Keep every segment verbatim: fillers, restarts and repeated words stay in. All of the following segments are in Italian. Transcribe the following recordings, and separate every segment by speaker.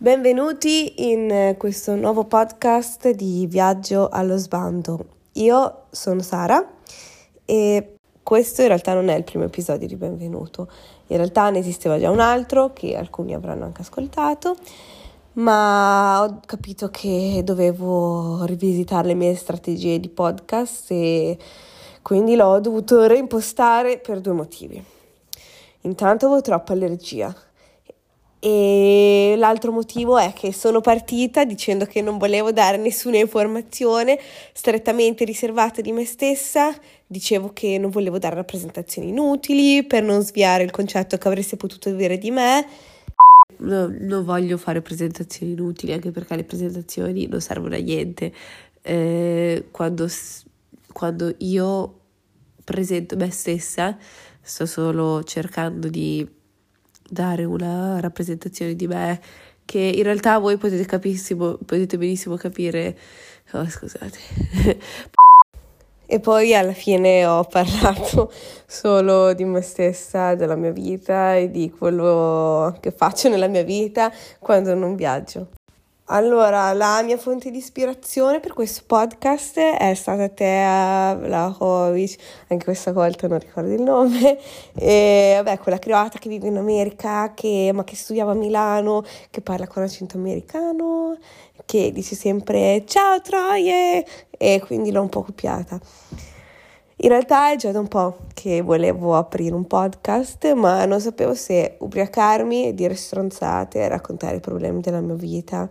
Speaker 1: Benvenuti in questo nuovo podcast di Viaggio allo sbando. Io sono Sara e questo in realtà non è il primo episodio di Benvenuto. In realtà ne esisteva già un altro che alcuni avranno anche ascoltato, ma ho capito che dovevo rivisitare le mie strategie di podcast e quindi l'ho dovuto reimpostare per due motivi. Intanto avevo troppa allergia. E l'altro motivo è che sono partita dicendo che non volevo dare nessuna informazione strettamente riservata di me stessa, dicevo che non volevo dare rappresentazioni inutili per non sviare il concetto che avreste potuto avere di me. No, non voglio fare presentazioni inutili, anche perché le presentazioni non servono a niente. Eh, quando, quando io presento me stessa sto solo cercando di dare una rappresentazione di me che in realtà voi potete capissimo, potete benissimo capire. Oh, scusate. E poi alla fine ho parlato solo di me stessa, della mia vita e di quello che faccio nella mia vita quando non viaggio. Allora, la mia fonte di ispirazione per questo podcast è stata Tea Vlahovic, anche questa volta non ricordo il nome, e vabbè, quella croata che vive in America, che, ma che studiava a Milano, che parla con accento americano, che dice sempre ciao Troie, e quindi l'ho un po' copiata. In realtà è già da un po' che volevo aprire un podcast, ma non sapevo se ubriacarmi e dire stronzate e raccontare i problemi della mia vita.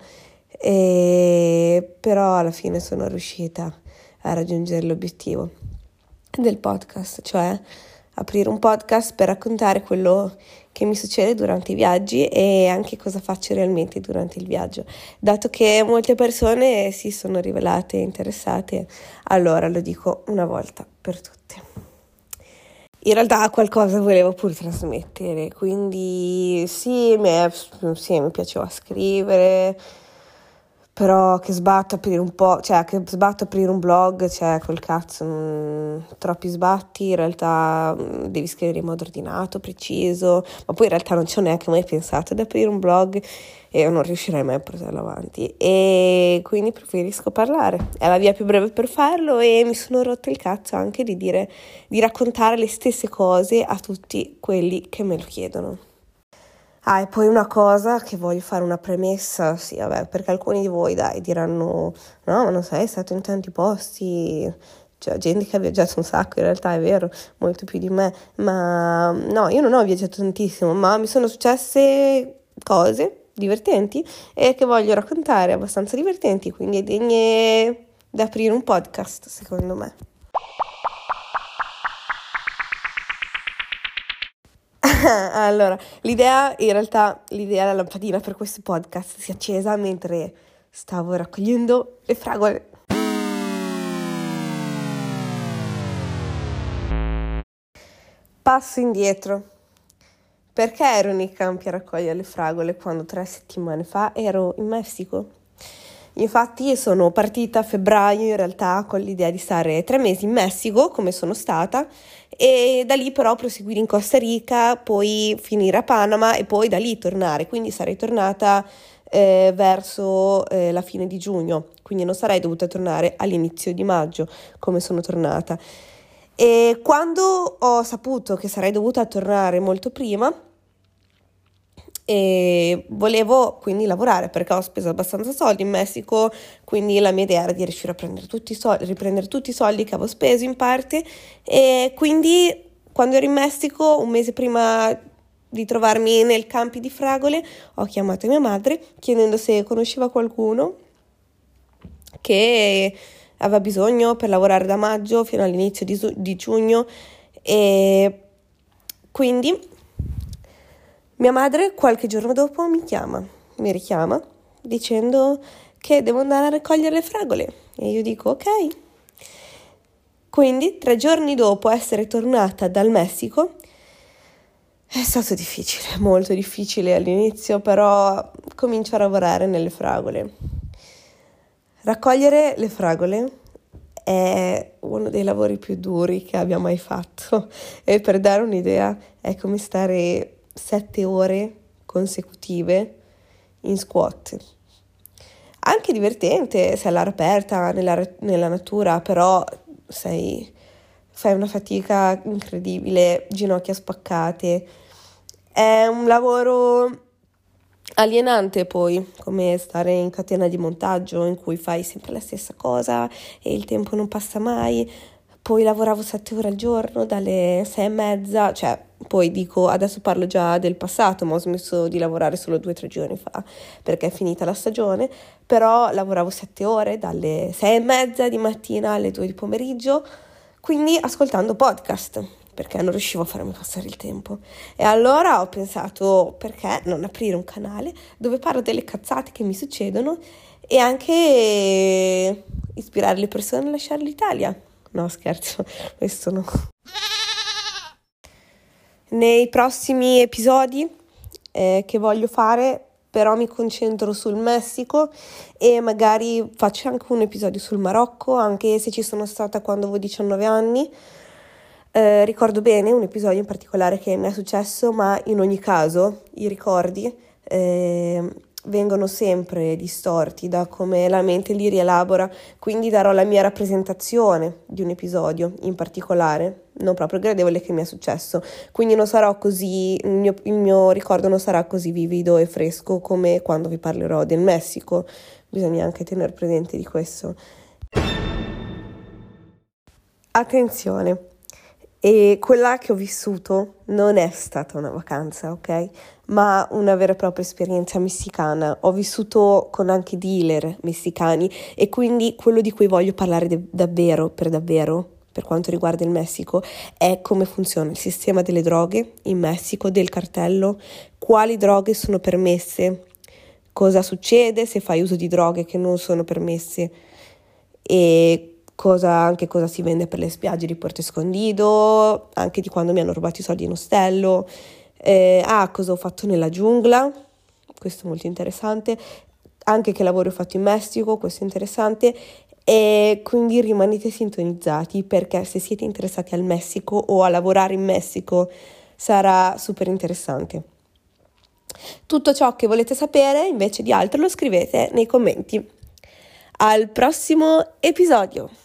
Speaker 1: E però alla fine sono riuscita a raggiungere l'obiettivo del podcast, cioè aprire un podcast per raccontare quello che mi succede durante i viaggi e anche cosa faccio realmente durante il viaggio. Dato che molte persone si sono rivelate interessate, allora lo dico una volta per tutte. In realtà qualcosa volevo pur trasmettere, quindi sì, mi, è, sì, mi piaceva scrivere, però che sbatto aprire un po', cioè che sbatto aprire un blog, cioè col cazzo, mh, troppi sbatti, in realtà mh, devi scrivere in modo ordinato, preciso, ma poi in realtà non ci ho neanche mai pensato ad aprire un blog e non riuscirei mai a portarlo avanti e quindi preferisco parlare, è la via più breve per farlo e mi sono rotto il cazzo anche di dire, di raccontare le stesse cose a tutti quelli che me lo chiedono. Ah, e poi una cosa che voglio fare una premessa, sì, vabbè, perché alcuni di voi, dai, diranno, no, ma non sei stato in tanti posti, cioè gente che ha viaggiato un sacco, in realtà è vero, molto più di me, ma no, io non ho viaggiato tantissimo, ma mi sono successe cose divertenti e che voglio raccontare, abbastanza divertenti, quindi è degne da aprire un podcast, secondo me. Allora, l'idea, in realtà, l'idea della lampadina per questo podcast si è accesa mentre stavo raccogliendo le fragole. Passo indietro. Perché ero nei campi a raccogliere le fragole quando tre settimane fa ero in Messico? Infatti sono partita a febbraio in realtà con l'idea di stare tre mesi in Messico, come sono stata, e da lì però proseguire in Costa Rica, poi finire a Panama e poi da lì tornare, quindi sarei tornata eh, verso eh, la fine di giugno, quindi non sarei dovuta tornare all'inizio di maggio come sono tornata. E quando ho saputo che sarei dovuta tornare molto prima, e volevo quindi lavorare perché ho speso abbastanza soldi in Messico, quindi la mia idea era di riuscire a prendere tutti i soldi, riprendere tutti i soldi che avevo speso in parte e quindi quando ero in Messico un mese prima di trovarmi nel campi di fragole ho chiamato mia madre chiedendo se conosceva qualcuno che aveva bisogno per lavorare da maggio fino all'inizio di, di giugno e quindi mia madre qualche giorno dopo mi chiama, mi richiama, dicendo che devo andare a raccogliere le fragole. E io dico ok. Quindi tre giorni dopo essere tornata dal Messico, è stato difficile, molto difficile all'inizio, però comincio a lavorare nelle fragole. Raccogliere le fragole è uno dei lavori più duri che abbia mai fatto e per dare un'idea è come stare sette ore consecutive in squat. Anche divertente se all'aria aperta, nella, nella natura, però sei, fai una fatica incredibile, ginocchia spaccate. È un lavoro alienante poi, come stare in catena di montaggio in cui fai sempre la stessa cosa e il tempo non passa mai. Poi lavoravo sette ore al giorno, dalle sei e mezza, cioè poi dico, adesso parlo già del passato, ma ho smesso di lavorare solo due o tre giorni fa, perché è finita la stagione, però lavoravo sette ore, dalle sei e mezza di mattina alle due di pomeriggio, quindi ascoltando podcast, perché non riuscivo a farmi passare il tempo. E allora ho pensato, perché non aprire un canale dove parlo delle cazzate che mi succedono e anche ispirare le persone a lasciare l'Italia. No, scherzo, questo no. Nei prossimi episodi eh, che voglio fare, però mi concentro sul Messico e magari faccio anche un episodio sul Marocco, anche se ci sono stata quando avevo diciannove anni. Eh, ricordo bene un episodio in particolare che mi è successo, ma in ogni caso i ricordi eh, vengono sempre distorti da come la mente li rielabora, quindi darò la mia rappresentazione di un episodio in particolare, non proprio gradevole che mi è successo, quindi non sarò così, il mio, il mio ricordo non sarà così vivido e fresco come quando vi parlerò del Messico, bisogna anche tener presente di questo. Attenzione! E quella che ho vissuto non è stata una vacanza, ok? Ma una vera e propria esperienza messicana. Ho vissuto con anche dealer messicani e quindi quello di cui voglio parlare de- davvero, per davvero, per quanto riguarda il Messico, è come funziona il sistema delle droghe in Messico, del cartello, quali droghe sono permesse, cosa succede se fai uso di droghe che non sono permesse e Cosa, anche cosa si vende per le spiagge di Puerto Escondido, anche di quando mi hanno rubato i soldi in ostello, eh, ah, cosa ho fatto nella giungla, questo è molto interessante, anche che lavoro ho fatto in Messico, questo è interessante, e quindi rimanete sintonizzati perché se siete interessati al Messico o a lavorare in Messico sarà super interessante. Tutto ciò che volete sapere invece di altro lo scrivete nei commenti. Al prossimo episodio!